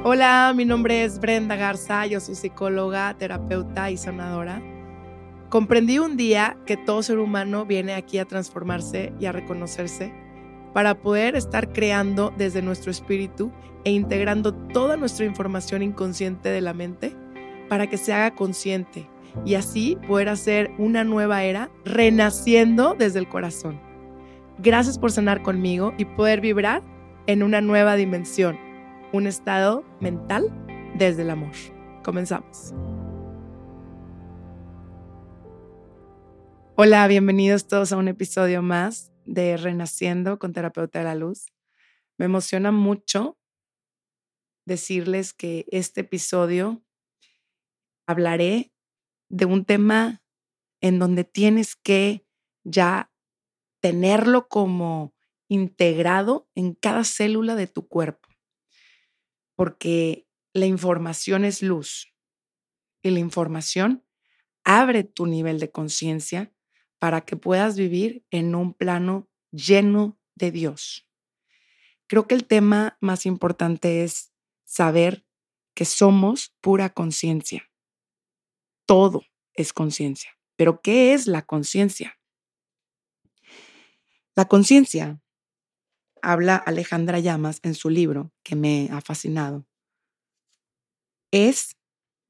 Hola, mi nombre es Brenda Garza, yo soy psicóloga, terapeuta y sanadora. Comprendí un día que todo ser humano viene aquí a transformarse y a reconocerse para poder estar creando desde nuestro espíritu e integrando toda nuestra información inconsciente de la mente para que se haga consciente y así poder hacer una nueva era renaciendo desde el corazón. Gracias por sanar conmigo y poder vibrar en una nueva dimensión, un estado mental desde el amor. Comenzamos. Hola, bienvenidos todos a un episodio más de Renaciendo con Terapeuta de la Luz. Me emociona mucho decirles que este episodio hablaré de un tema en donde tienes que ya tenerlo como integrado en cada célula de tu cuerpo, porque la información es luz y la información abre tu nivel de conciencia para que puedas vivir en un plano lleno de Dios. Creo que el tema más importante es saber que somos pura conciencia. Todo es conciencia. Pero ¿qué es la conciencia? La conciencia, habla Alejandra Llamas en su libro, que me ha fascinado, es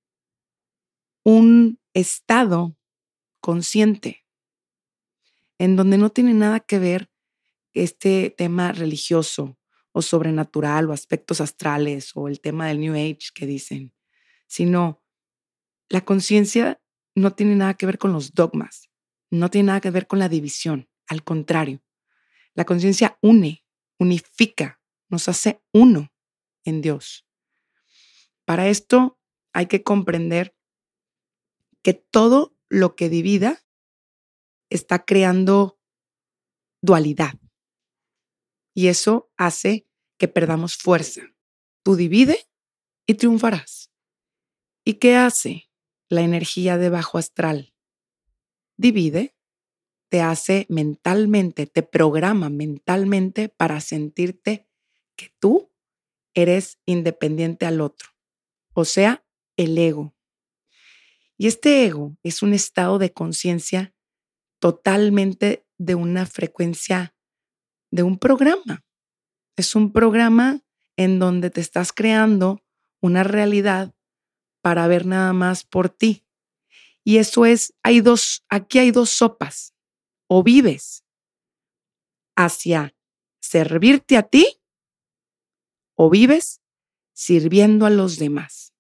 un estado consciente en donde no tiene nada que ver este tema religioso o sobrenatural o aspectos astrales o el tema del New Age que dicen, sino la conciencia no tiene nada que ver con los dogmas, no tiene nada que ver con la división, al contrario, la conciencia unifica, nos hace uno en Dios. Para esto hay que comprender que todo lo que divida está creando dualidad. Y eso hace que perdamos fuerza. Tú divide y triunfarás. ¿Y qué hace la energía de bajo astral? Divide, te hace mentalmente, te programa mentalmente para sentirte que tú eres independiente al otro. O sea, el ego. Y este ego es un estado de conciencia totalmente de una frecuencia, de un programa. Es un programa en donde te estás creando una realidad para ver nada más por ti. Y eso es, aquí hay dos sopas. O vives hacia servirte a ti o vives sirviendo a los demás.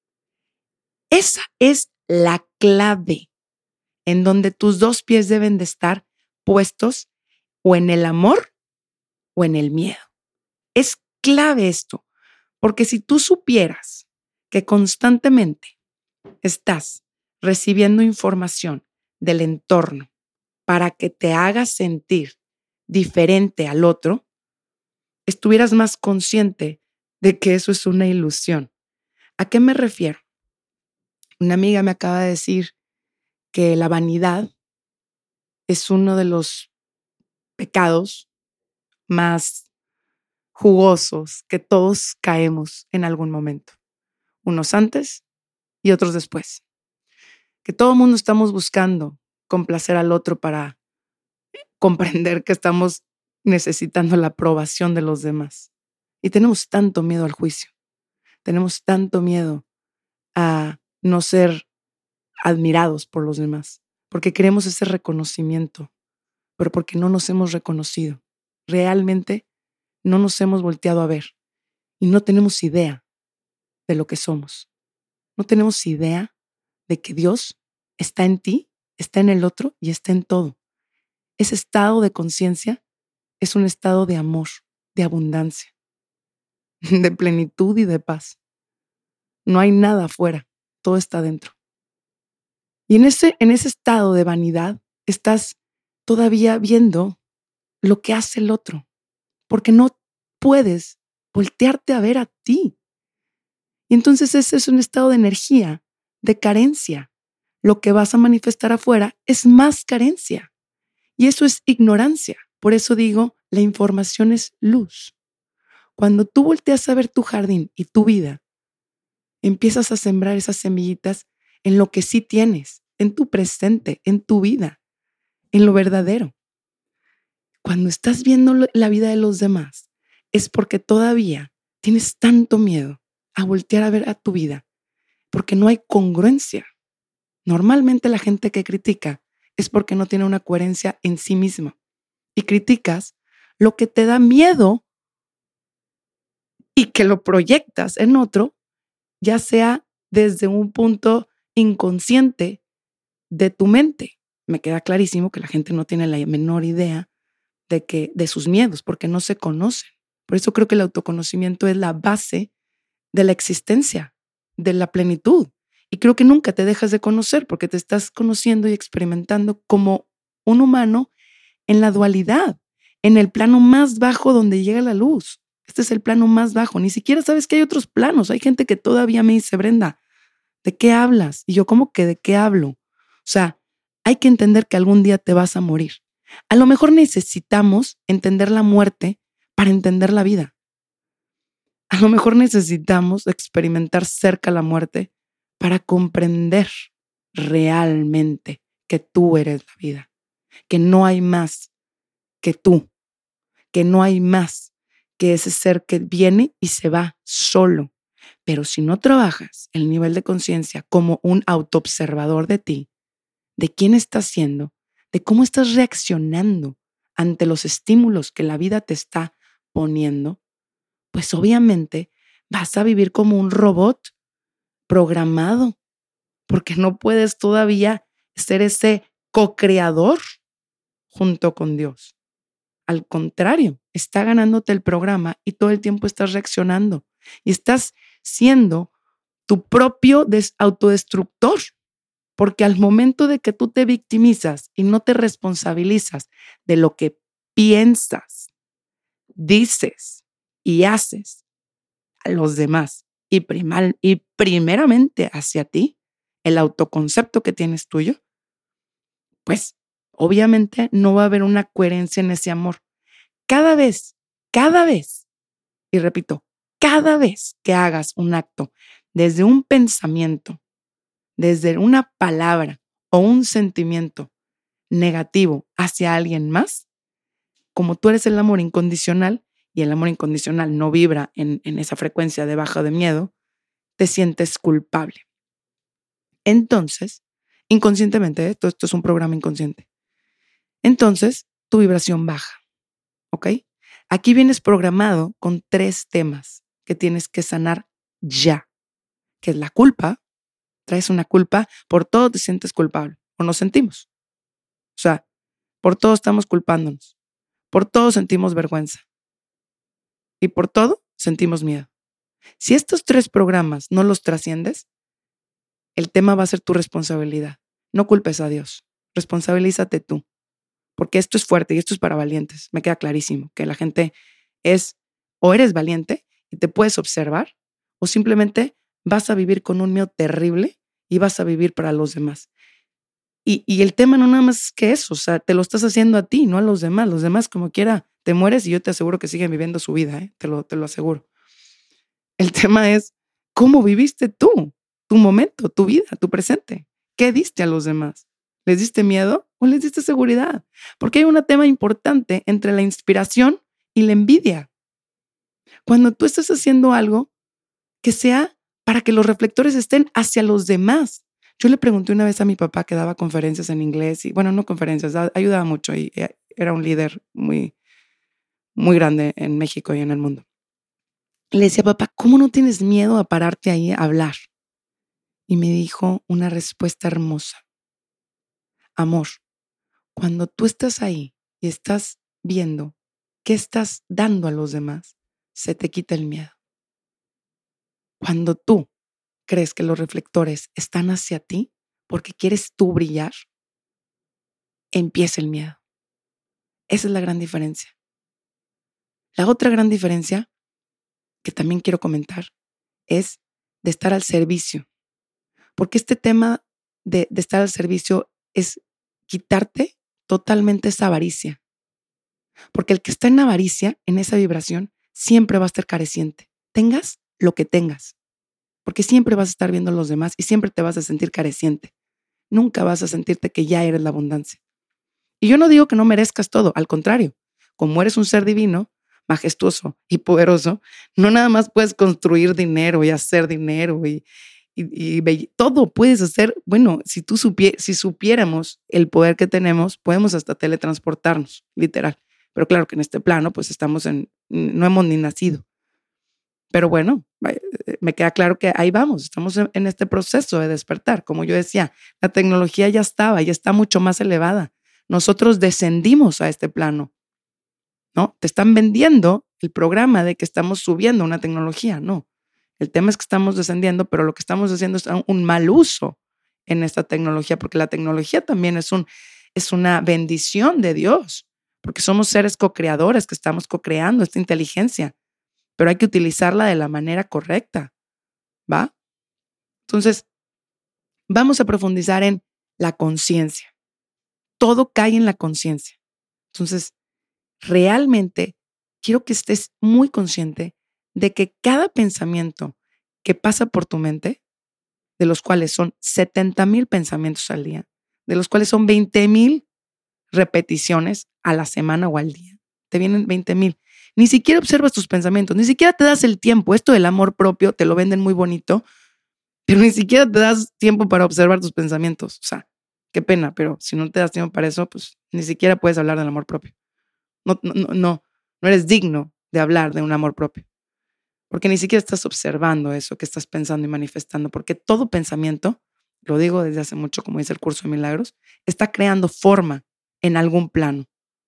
Esa es la clave en donde tus dos pies deben de estar puestos o en el amor o en el miedo. Es clave esto, porque si tú supieras que constantemente estás recibiendo información del entorno para que te hagas sentir diferente al otro, estuvieras más consciente de que eso es una ilusión. ¿A qué me refiero? Una amiga me acaba de decir que la vanidad es uno de los pecados más jugosos que todos caemos en algún momento, unos antes y otros después. Que todo el mundo estamos buscando complacer al otro para comprender que estamos necesitando la aprobación de los demás. Y tenemos tanto miedo al juicio, tenemos tanto miedo a no ser admirados por los demás, porque queremos ese reconocimiento, pero porque no nos hemos reconocido. Realmente no nos hemos volteado a ver y no tenemos idea de lo que somos. No tenemos idea de que Dios está en ti, está en el otro y está en todo. Ese estado de conciencia es un estado de amor, de abundancia, de plenitud y de paz. No hay nada afuera, todo está dentro. Y en ese estado de vanidad estás todavía viendo lo que hace el otro, porque no puedes voltearte a ver a ti. Y entonces ese es un estado de energía, de carencia. Lo que vas a manifestar afuera es más carencia. Y eso es ignorancia. Por eso digo, la información es luz. Cuando tú volteas a ver tu jardín y tu vida empiezas a sembrar esas semillitas en lo que sí tienes, en tu presente, en tu vida, en lo verdadero. Cuando estás viendo la vida de los demás, es porque todavía tienes tanto miedo a voltear a ver a tu vida, porque no hay congruencia. Normalmente la gente que critica es porque no tiene una coherencia en sí misma y criticas lo que te da miedo y que lo proyectas en otro, ya sea desde un punto inconsciente de tu mente. Me queda clarísimo que la gente no tiene la menor idea de sus miedos porque no se conocen. Por eso creo que el autoconocimiento es la base de la existencia, de la plenitud. Y creo que nunca te dejas de conocer porque te estás conociendo y experimentando como un humano en la dualidad, en el plano más bajo donde llega la luz. Este es el plano más bajo. Ni siquiera sabes que hay otros planos. Hay gente que todavía me dice, Brenda, ¿de qué hablas? Y yo, ¿cómo que de qué hablo? O sea, hay que entender que algún día te vas a morir. A lo mejor necesitamos entender la muerte para entender la vida. A lo mejor necesitamos experimentar cerca la muerte para comprender realmente que tú eres la vida, que no hay más que tú, que no hay más que ese ser que viene y se va solo. Pero si no trabajas el nivel de conciencia como un autoobservador de ti, de quién estás siendo, de cómo estás reaccionando ante los estímulos que la vida te está poniendo, pues obviamente vas a vivir como un robot programado, porque no puedes todavía ser ese co-creador junto con Dios. Al contrario, está ganándote el programa y todo el tiempo estás reaccionando y estás siendo tu propio autodestructor, porque al momento de que tú te victimizas y no te responsabilizas de lo que piensas, dices y haces a los demás y primeramente hacia ti, el autoconcepto que tienes tuyo, pues obviamente no va a haber una coherencia en ese amor. Cada vez, y repito, cada vez que hagas un acto desde un pensamiento, desde una palabra o un sentimiento negativo hacia alguien más, como tú eres el amor incondicional y el amor incondicional no vibra en esa frecuencia de baja de miedo, te sientes culpable. Entonces, inconscientemente, esto es un programa inconsciente. Entonces, tu vibración baja, ¿ok? Aquí vienes programado con 3 temas que tienes que sanar ya, que es la culpa. Traes una culpa, por todo te sientes culpable o nos sentimos. O sea, por todo estamos culpándonos, por todo sentimos vergüenza y por todo sentimos miedo. Si estos 3 programas no los trasciendes, el tema va a ser tu responsabilidad. No culpes a Dios, responsabilízate tú, porque esto es fuerte y esto es para valientes. Me queda clarísimo que la gente es o eres valiente y te puedes observar o simplemente vas a vivir con un miedo terrible y vas a vivir para los demás. Y el tema no nada más es que eso, o sea, te lo estás haciendo a ti, no a los demás. Los demás como quiera te mueres y yo te aseguro que siguen viviendo su vida, te lo aseguro. El tema es cómo viviste tú, tu momento, tu vida, tu presente. ¿Qué diste a los demás? ¿Les diste miedo o les diste seguridad? Porque hay un tema importante entre la inspiración y la envidia. Cuando tú estás haciendo algo que sea para que los reflectores estén hacia los demás. Yo le pregunté una vez a mi papá que daba conferencias en inglés y, bueno, no conferencias, ayudaba mucho y era un líder muy, muy grande en México y en el mundo. Y le decía, papá, ¿cómo no tienes miedo a pararte ahí a hablar? Y me dijo una respuesta hermosa. Amor, cuando tú estás ahí y estás viendo qué estás dando a los demás, se te quita el miedo. Cuando tú crees que los reflectores están hacia ti porque quieres tú brillar, empieza el miedo. Esa es la gran diferencia. La otra gran diferencia que también quiero comentar es de estar al servicio. Porque este tema de estar al servicio es quitarte totalmente esa avaricia. Porque el que está en avaricia, en esa vibración, siempre va a estar careciente. Tengas lo que tengas. porque siempre vas a estar viendo a los demás y siempre te vas a sentir careciente. Nunca vas a sentirte que ya eres la abundancia. Y yo no digo que no merezcas todo, al contrario, como eres un ser divino, majestuoso y poderoso, no nada más puedes construir dinero y hacer dinero y todo puedes hacer. Bueno, si supiéramos el poder que tenemos, podemos hasta teletransportarnos, literal. Pero claro que en este plano, pues no hemos ni nacido. Pero bueno, me queda claro que ahí vamos, estamos en este proceso de despertar. Como yo decía, la tecnología ya está mucho más elevada. Nosotros descendimos a este plano, ¿no? Te están vendiendo el programa de que estamos subiendo una tecnología, no. El tema es que estamos descendiendo, pero lo que estamos haciendo es un mal uso en esta tecnología, porque la tecnología también es una bendición de Dios, porque somos seres co-creadores que estamos co-creando esta inteligencia, pero hay que utilizarla de la manera correcta, ¿va? Entonces, vamos a profundizar en la conciencia. Todo cae en la conciencia. Entonces, realmente quiero que estés muy consciente de que cada pensamiento que pasa por tu mente, de los cuales son 70,000 pensamientos al día, de los cuales son 20,000 repeticiones a la semana o al día, te vienen 20,000. Ni siquiera observas tus pensamientos, ni siquiera te das el tiempo. Esto del amor propio te lo venden muy bonito, pero ni siquiera te das tiempo para observar tus pensamientos. O sea, qué pena, pero si no te das tiempo para eso, pues ni siquiera puedes hablar del amor propio. No eres digno de hablar de un amor propio, porque ni siquiera estás observando eso que estás pensando y manifestando, porque todo pensamiento, lo digo desde hace mucho, como dice el curso de milagros, está creando forma en algún plano.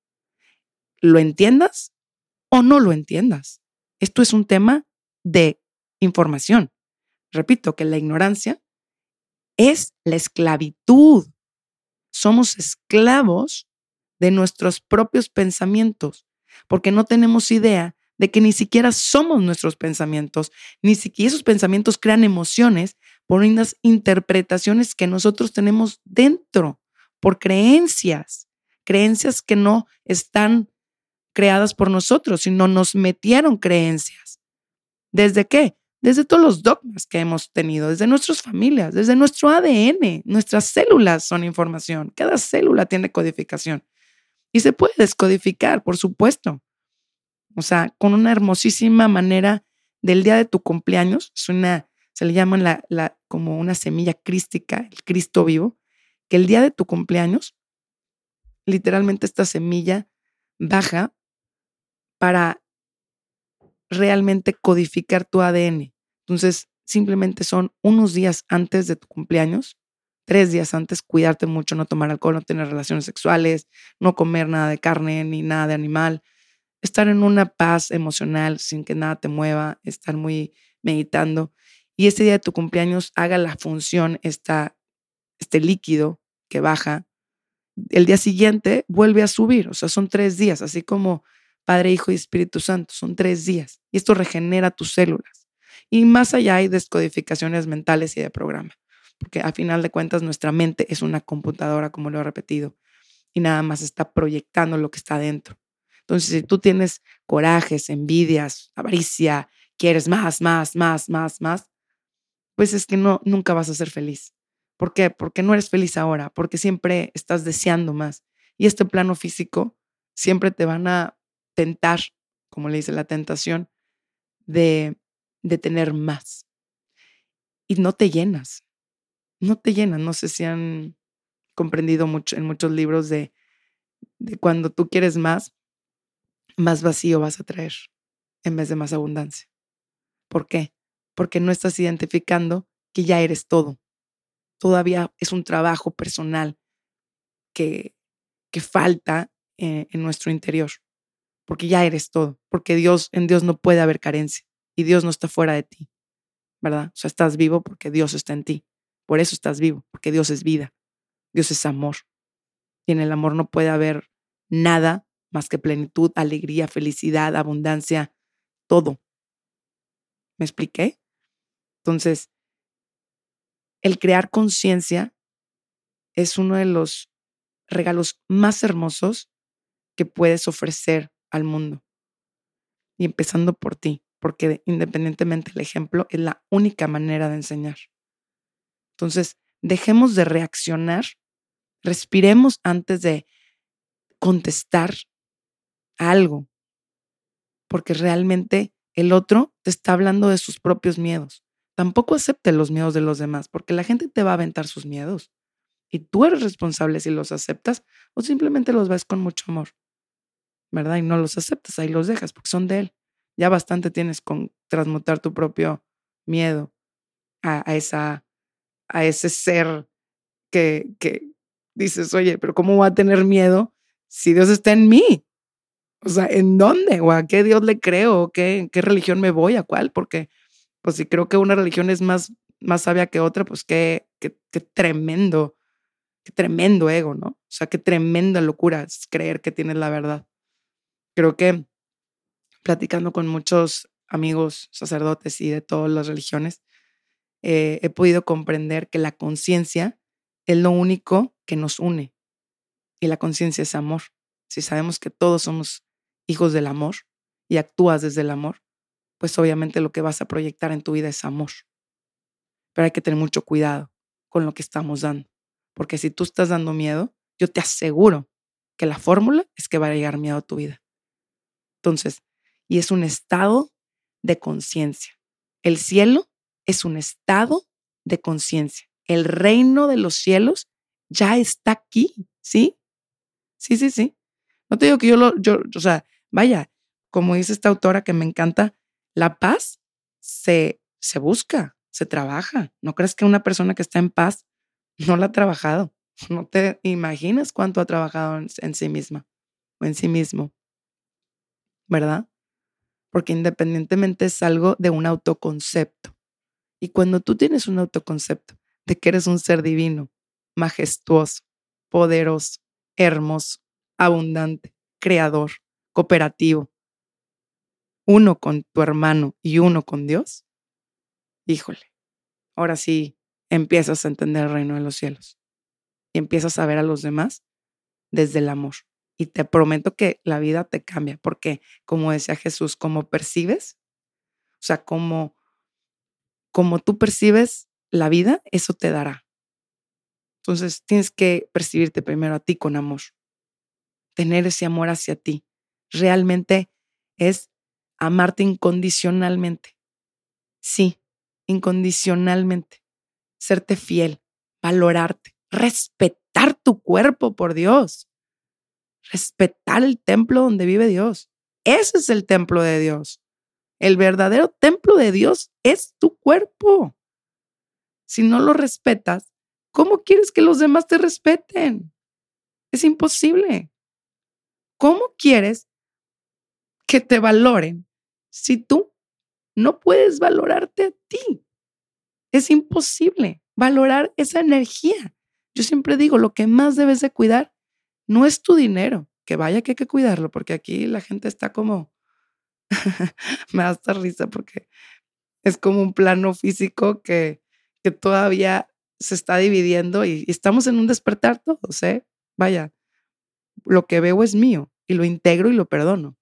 Lo entiendas o no lo entiendas. Esto es un tema de información. Repito que la ignorancia es la esclavitud. Somos esclavos de nuestros propios pensamientos, porque no tenemos idea de que ni siquiera somos nuestros pensamientos, ni siquiera esos pensamientos crean emociones por unas interpretaciones que nosotros tenemos dentro, por creencias que no están creadas por nosotros, sino nos metieron creencias. ¿Desde qué? Desde todos los dogmas que hemos tenido, desde nuestras familias, desde nuestro ADN. Nuestras células son información. Cada célula tiene codificación. Y se puede descodificar, por supuesto. O sea, con una hermosísima manera del día de tu cumpleaños. Se le llama como una semilla crística, el Cristo vivo, que el día de tu cumpleaños, literalmente esta semilla baja para realmente codificar tu ADN. Entonces, simplemente son unos días antes de tu cumpleaños, 3 días antes, cuidarte mucho, no tomar alcohol, no tener relaciones sexuales, no comer nada de carne ni nada de animal, estar en una paz emocional sin que nada te mueva, estar muy meditando. Y ese día de tu cumpleaños haga la función este líquido que baja. El día siguiente vuelve a subir, o sea, son 3 días, así como Padre, Hijo y Espíritu Santo, son 3 días. Y esto regenera tus células. Y más allá hay descodificaciones mentales y de programa, porque a final de cuentas nuestra mente es una computadora, como lo he repetido, y nada más está proyectando lo que está dentro. Entonces, si tú tienes corajes, envidias, avaricia, quieres más, pues es que nunca vas a ser feliz. ¿Por qué? Porque no eres feliz ahora, porque siempre estás deseando más. Y este plano físico siempre te van a tentar, como le dice la tentación, de tener más. Y no te llenas, no te llenas. No sé si han comprendido mucho en muchos libros de cuando tú quieres más vacío vas a traer en vez de más abundancia. ¿Por qué? Porque no estás identificando que ya eres todo. Todavía es un trabajo personal que, que falta en nuestro interior, porque ya eres todo, porque en Dios no puede haber carencia y Dios no está fuera de ti, ¿verdad? O sea, estás vivo porque Dios está en ti. Por eso estás vivo, porque Dios es vida, Dios es amor. Y en el amor no puede haber nada más que plenitud, alegría, felicidad, abundancia, todo. ¿Me expliqué? Entonces, el crear conciencia es uno de los regalos más hermosos que puedes ofrecer al mundo. Y empezando por ti, porque independientemente el ejemplo es la única manera de enseñar. Entonces, dejemos de reaccionar, respiremos antes de contestar algo, porque realmente el otro te está hablando de sus propios miedos. Tampoco aceptes los miedos de los demás, porque la gente te va a aventar sus miedos y tú eres responsable si los aceptas o simplemente los ves con mucho amor, ¿verdad? Y no los aceptas, ahí los dejas porque son de él. Ya bastante tienes con transmutar tu propio miedo a ese ser que dices, oye, pero ¿cómo voy a tener miedo si Dios está en mí? O sea, ¿en dónde? ¿O a qué Dios le creo? ¿O qué religión me voy? ¿A cuál? Porque, pues, si creo que una religión es más sabia que otra, pues qué tremendo ego, ¿no? O sea, qué tremenda locura es creer que tienes la verdad. Creo que platicando con muchos amigos sacerdotes y de todas las religiones, he podido comprender que la conciencia es lo único que nos une y la conciencia es amor. Si sabemos que todos somos hijos del amor y actúas desde el amor, pues obviamente lo que vas a proyectar en tu vida es amor. Pero hay que tener mucho cuidado con lo que estamos dando, porque si tú estás dando miedo, yo te aseguro que la fórmula es que va a llegar miedo a tu vida. Entonces, y es un estado de conciencia. El cielo es un estado de conciencia. El reino de los cielos ya está aquí, ¿sí? Sí. No te digo que o sea, vaya, como dice esta autora que me encanta, la paz se busca, se trabaja. No crees que una persona que está en paz no la ha trabajado. No te imaginas cuánto ha trabajado en sí misma o en sí mismo, ¿verdad? Porque independientemente es algo de un autoconcepto. Y cuando tú tienes un autoconcepto de que eres un ser divino, majestuoso, poderoso, hermoso, abundante, creador, cooperativo, uno con tu hermano y uno con Dios, híjole, ahora sí empiezas a entender el reino de los cielos y empiezas a ver a los demás desde el amor. Y te prometo que la vida te cambia, porque como decía Jesús, como percibes, o sea, como tú percibes la vida, eso te dará. Entonces tienes que percibirte primero a ti con amor, tener ese amor hacia ti. Realmente es amarte incondicionalmente. Sí, incondicionalmente. Serte fiel, valorarte, respetar tu cuerpo, por Dios. Respetar el templo donde vive Dios. Ese es el templo de Dios. El verdadero templo de Dios es tu cuerpo. Si no lo respetas, ¿cómo quieres que los demás te respeten? Es imposible. ¿Cómo quieres que te valoren si tú no puedes valorarte a ti? Es imposible valorar esa energía. Yo siempre digo, lo que más debes de cuidar no es tu dinero, que vaya que hay que cuidarlo, porque aquí la gente está como, me da hasta risa porque es como un plano físico que todavía se está dividiendo y estamos en un despertar todos, ¿eh? Vaya, lo que veo es mío y lo integro y lo perdono.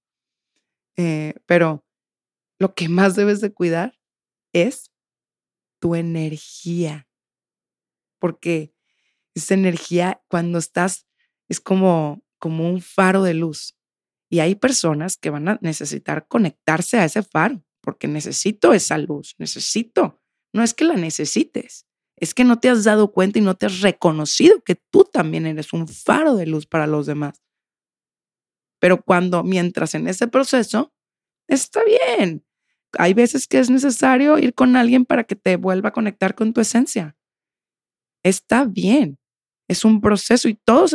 Pero lo que más debes de cuidar es tu energía, porque esa energía cuando estás es como un faro de luz y hay personas que van a necesitar conectarse a ese faro porque necesito esa luz, no es que la necesites, es que no te has dado cuenta y no te has reconocido que tú también eres un faro de luz para los demás. Pero mientras en ese proceso, está bien. Hay veces que es necesario ir con alguien para que te vuelva a conectar con tu esencia. Está bien. Es un proceso y todos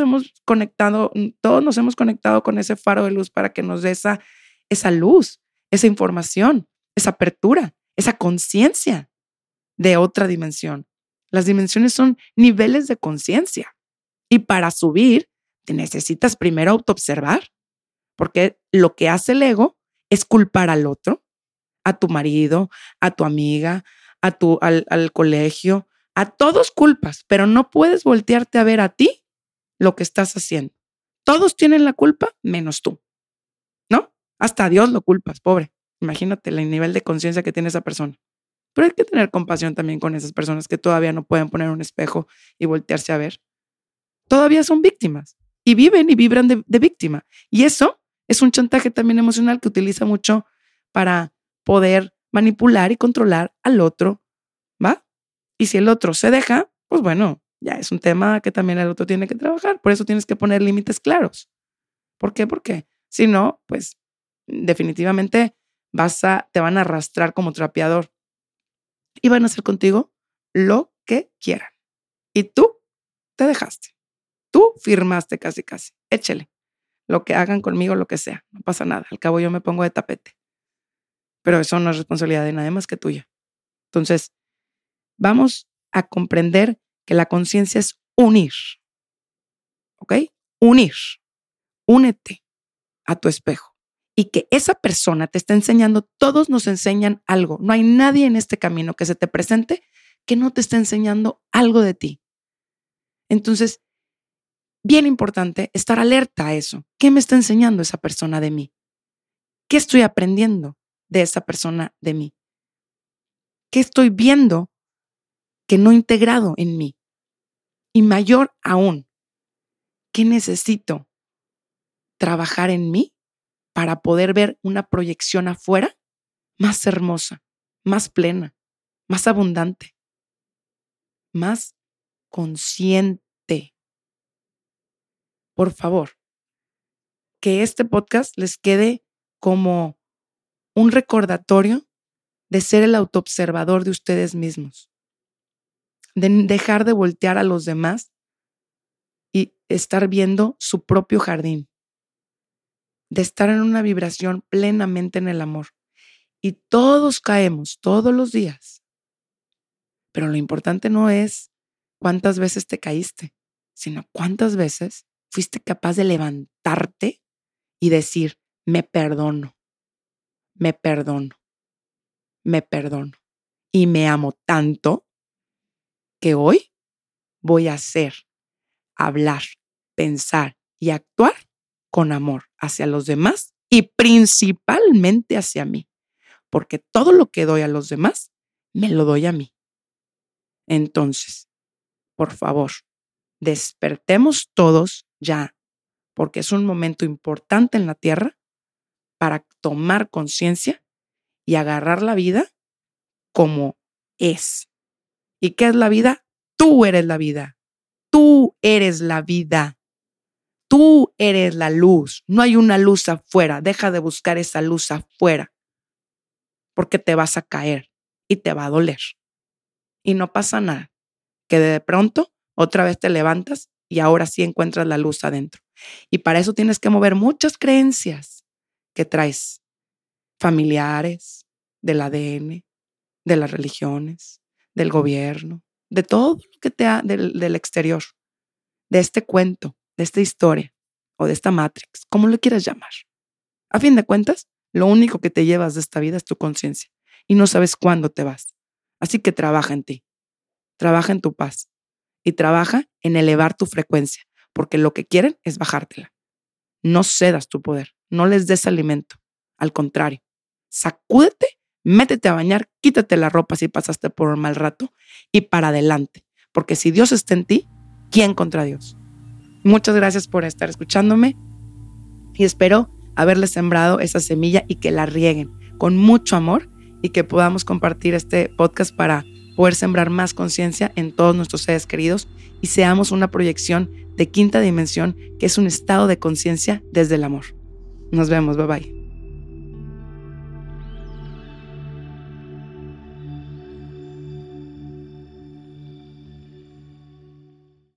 nos hemos conectado con ese faro de luz para que nos dé esa luz, esa información, esa apertura, esa conciencia de otra dimensión. Las dimensiones son niveles de conciencia y para subir te necesitas primero autoobservar. Porque lo que hace el ego es culpar al otro, a tu marido, a tu amiga, al colegio, a todos culpas, pero no puedes voltearte a ver a ti lo que estás haciendo. Todos tienen la culpa menos tú, ¿no? Hasta a Dios lo culpas, pobre. Imagínate el nivel de conciencia que tiene esa persona. Pero hay que tener compasión también con esas personas que todavía no pueden poner un espejo y voltearse a ver. Todavía son víctimas y viven y vibran de víctima. Y eso es un chantaje también emocional que utiliza mucho para poder manipular y controlar al otro, ¿va? Y si el otro se deja, pues bueno, ya es un tema que también el otro tiene que trabajar. Por eso tienes que poner límites claros. ¿Por qué? Porque si no, pues definitivamente te van a arrastrar como trapeador y van a hacer contigo lo que quieran. Y tú te dejaste. Tú firmaste casi. Échele. Lo que hagan conmigo, lo que sea. No pasa nada. Al cabo yo me pongo de tapete. Pero eso no es responsabilidad de nadie más que tuya. Entonces, vamos a comprender que la conciencia es unir. ¿Ok? Unir. Únete a tu espejo. Y que esa persona te está enseñando, todos nos enseñan algo. No hay nadie en este camino que se te presente que no te esté enseñando algo de ti. Entonces, bien importante estar alerta a eso. ¿Qué me está enseñando esa persona de mí? ¿Qué estoy aprendiendo de esa persona de mí? ¿Qué estoy viendo que no he integrado en mí? Y mayor aún, ¿qué necesito trabajar en mí para poder ver una proyección afuera más hermosa, más plena, más abundante, más consciente? Por favor, que este podcast les quede como un recordatorio de ser el autoobservador de ustedes mismos, de dejar de voltear a los demás y estar viendo su propio jardín, de estar en una vibración plenamente en el amor. Y todos caemos todos los días, pero lo importante no es cuántas veces te caíste, sino cuántas veces fuiste capaz de levantarte y decir, me perdono, me perdono, me perdono. Y me amo tanto que hoy voy a hacer, hablar, pensar y actuar con amor hacia los demás y principalmente hacia mí, porque todo lo que doy a los demás, me lo doy a mí. Entonces, por favor, despertemos todos ya, porque es un momento importante en la Tierra para tomar conciencia y agarrar la vida como es. ¿Y qué es la vida? Tú eres la vida. Tú eres la vida. Tú eres la luz. No hay una luz afuera. Deja de buscar esa luz afuera, porque te vas a caer y te va a doler. Y no pasa nada, que de pronto otra vez te levantas y ahora sí encuentras la luz adentro. Y para eso tienes que mover muchas creencias que traes, familiares, del ADN, de las religiones, del gobierno, de todo lo que del exterior, de este cuento, de esta historia o de esta Matrix, como lo quieras llamar. A fin de cuentas, lo único que te llevas de esta vida es tu conciencia y no sabes cuándo te vas. Así que trabaja en ti, trabaja en tu paz y trabaja en elevar tu frecuencia, porque lo que quieren es bajártela. No cedas tu poder, no les des alimento. Al contrario, sacúdete, métete a bañar, quítate la ropa si pasaste por un mal rato y para adelante, porque si Dios está en ti, ¿quién contra Dios? Muchas gracias por estar escuchándome y espero haberles sembrado esa semilla y que la rieguen con mucho amor y que podamos compartir este podcast para poder sembrar más conciencia en todos nuestros seres queridos y seamos una proyección de quinta dimensión que es un estado de conciencia desde el amor. Nos vemos, bye bye.